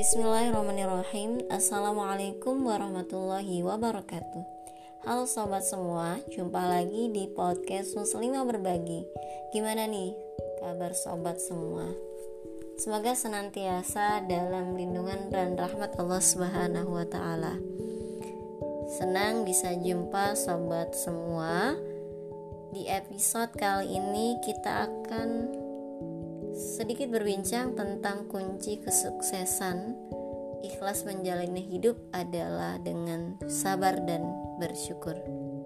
Bismillahirrahmanirrahim. Assalamualaikum warahmatullahi wabarakatuh. Halo sobat semua, jumpa lagi di podcast Muslimah Berbagi. Gimana nih kabar sobat semua? Semoga senantiasa dalam lindungan dan rahmat Allah Subhanahu wa Ta'ala. Senang bisa jumpa sobat semua. Di episode kali ini kita akan sedikit berbincang tentang kunci kesuksesan ikhlas menjalani hidup adalah dengan sabar dan bersyukur.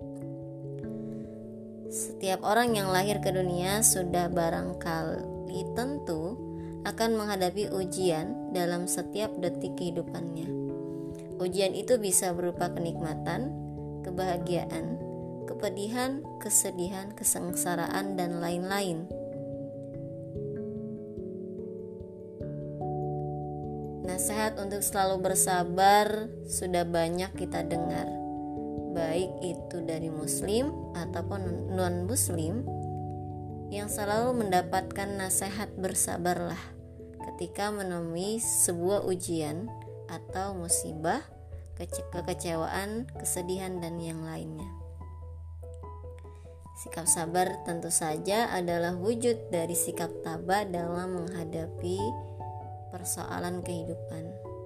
Setiap orang yang lahir ke dunia sudah barangkali tentu akan menghadapi ujian dalam setiap detik kehidupannya. Ujian itu bisa berupa kenikmatan, kebahagiaan, kepedihan, kesedihan, kesengsaraan, dan lain-lain. Nasihat untuk selalu bersabar sudah banyak kita dengar, baik itu dari muslim ataupun non-muslim, yang selalu mendapatkan nasihat bersabarlah ketika menemui sebuah ujian atau musibah, kekecewaan, kesedihan, dan yang lainnya. Sikap sabar tentu saja adalah wujud dari sikap tabah dalam menghadapi persoalan kehidupan.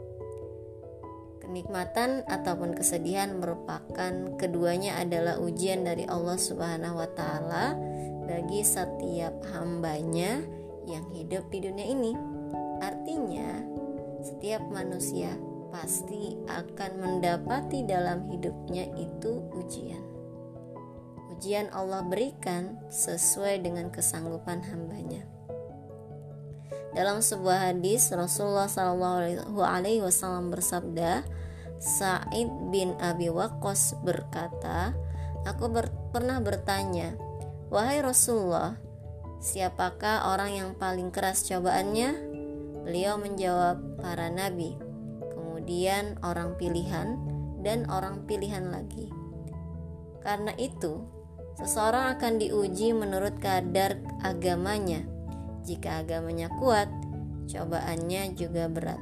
Kenikmatan ataupun kesedihan merupakan keduanya adalah ujian dari Allah Subhanahu wa Ta'ala bagi setiap hambanya yang hidup di dunia ini. Artinya, setiap manusia pasti akan mendapati dalam hidupnya itu ujian. Ujian Allah berikan sesuai dengan kesanggupan hambanya. Dalam sebuah hadis, Rasulullah SAW bersabda, Sa'id bin Abi Waqqas berkata, aku pernah bertanya, wahai Rasulullah, siapakah orang yang paling keras cobaannya? Beliau menjawab, para nabi, kemudian orang pilihan, dan orang pilihan lagi. Karena itu, seseorang akan diuji menurut kadar agamanya. Jika agamanya kuat, cobaannya juga berat.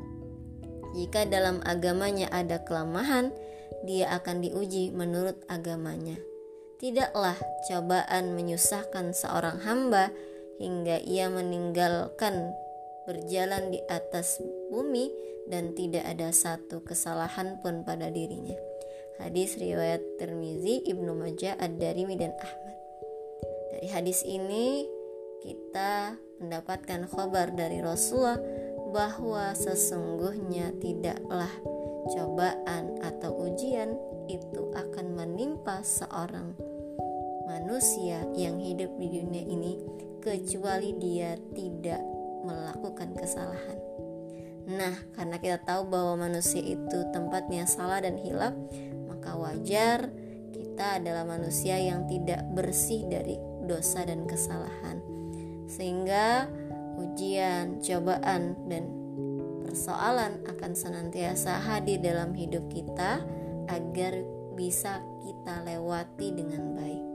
Jika dalam agamanya ada kelemahan, dia akan diuji menurut agamanya. Tidaklah cobaan menyusahkan seorang hamba hingga ia meninggalkan berjalan di atas bumi dan tidak ada satu kesalahan pun pada dirinya. Hadis riwayat Tirmizi, Ibnu Majah, Ad-Darimi, dan Ahmad. Dari hadis ini kita mendapatkan kabar dari Rasulullah bahwa sesungguhnya tidaklah cobaan atau ujian itu akan menimpa seorang manusia yang hidup di dunia ini kecuali dia tidak melakukan kesalahan. Nah, karena kita tahu bahwa manusia itu tempatnya salah dan hilaf, maka wajar kita adalah manusia yang tidak bersih dari dosa dan kesalahan. Sehingga ujian, cobaan, dan persoalan akan senantiasa hadir dalam hidup kita agar bisa kita lewati dengan baik.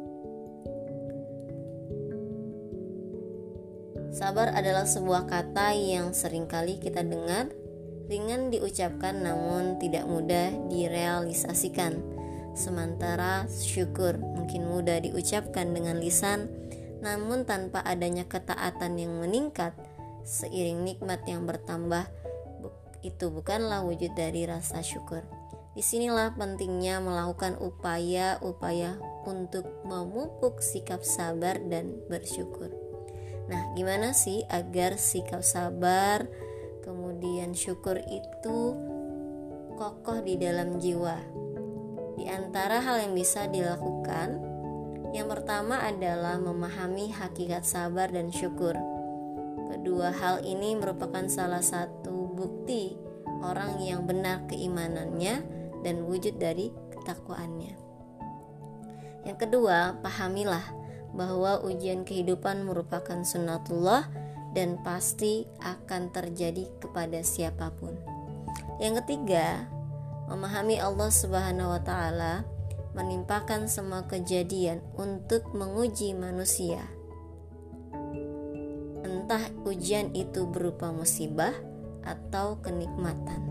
Sabar adalah sebuah kata yang seringkali kita dengar, ringan diucapkan namun tidak mudah direalisasikan. Sementara syukur mungkin mudah diucapkan dengan lisan, namun tanpa adanya ketaatan yang meningkat seiring nikmat yang bertambah, itu bukanlah wujud dari rasa syukur. Disinilah pentingnya melakukan upaya-upaya untuk memupuk sikap sabar dan bersyukur. Nah, gimana sih agar sikap sabar kemudian syukur itu kokoh di dalam jiwa? Di antara hal yang bisa dilakukan, yang pertama adalah memahami hakikat sabar dan syukur. Kedua hal ini merupakan salah satu bukti orang yang benar keimanannya dan wujud dari ketakwaannya. Yang kedua, pahamilah bahwa ujian kehidupan merupakan sunnatullah dan pasti akan terjadi kepada siapapun. Yang ketiga, memahami Allah Subhanahu wa Ta'ala menimpakan semua kejadian untuk menguji manusia. Entah ujian itu berupa musibah atau kenikmatan.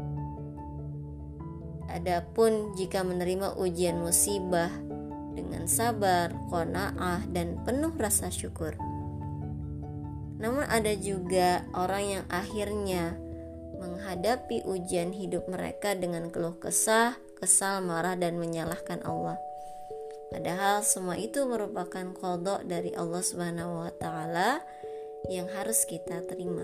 Adapun jika menerima ujian musibah dengan sabar, qanaah, dan penuh rasa syukur. Namun ada juga orang yang akhirnya menghadapi ujian hidup mereka dengan keluh kesah, kesal, marah, dan menyalahkan Allah. Padahal semua itu merupakan qada dari Allah Subhanahu wa taala yang harus kita terima.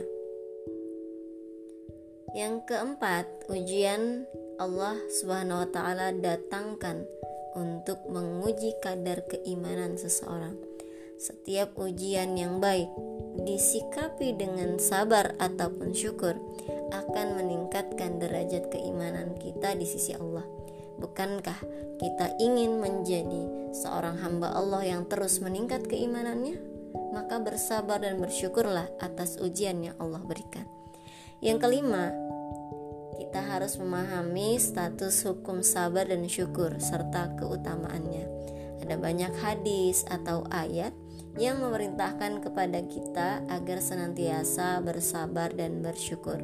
Yang keempat, ujian Allah Subhanahu wa taala datangkan untuk menguji kadar keimanan seseorang. Setiap ujian yang baik disikapi dengan sabar ataupun syukur akan meningkatkan derajat keimanan kita di sisi Allah. Bukankah kita ingin menjadi seorang hamba Allah yang terus meningkat keimanannya? Maka bersabar dan bersyukurlah atas ujian yang Allah berikan. Yang kelima, kita harus memahami status hukum sabar dan syukur serta keutamaannya. Ada banyak hadis atau ayat yang memerintahkan kepada kita agar senantiasa bersabar dan bersyukur.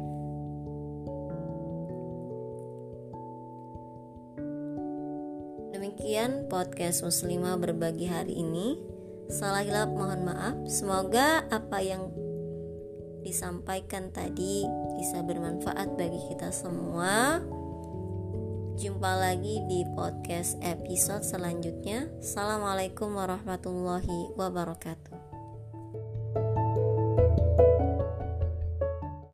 Demikian podcast Muslimah berbagi hari ini. Salah hilap mohon maaf. Semoga apa yang disampaikan tadi bisa bermanfaat bagi kita semua. Jumpa lagi di podcast episode selanjutnya. Assalamualaikum warahmatullahi wabarakatuh.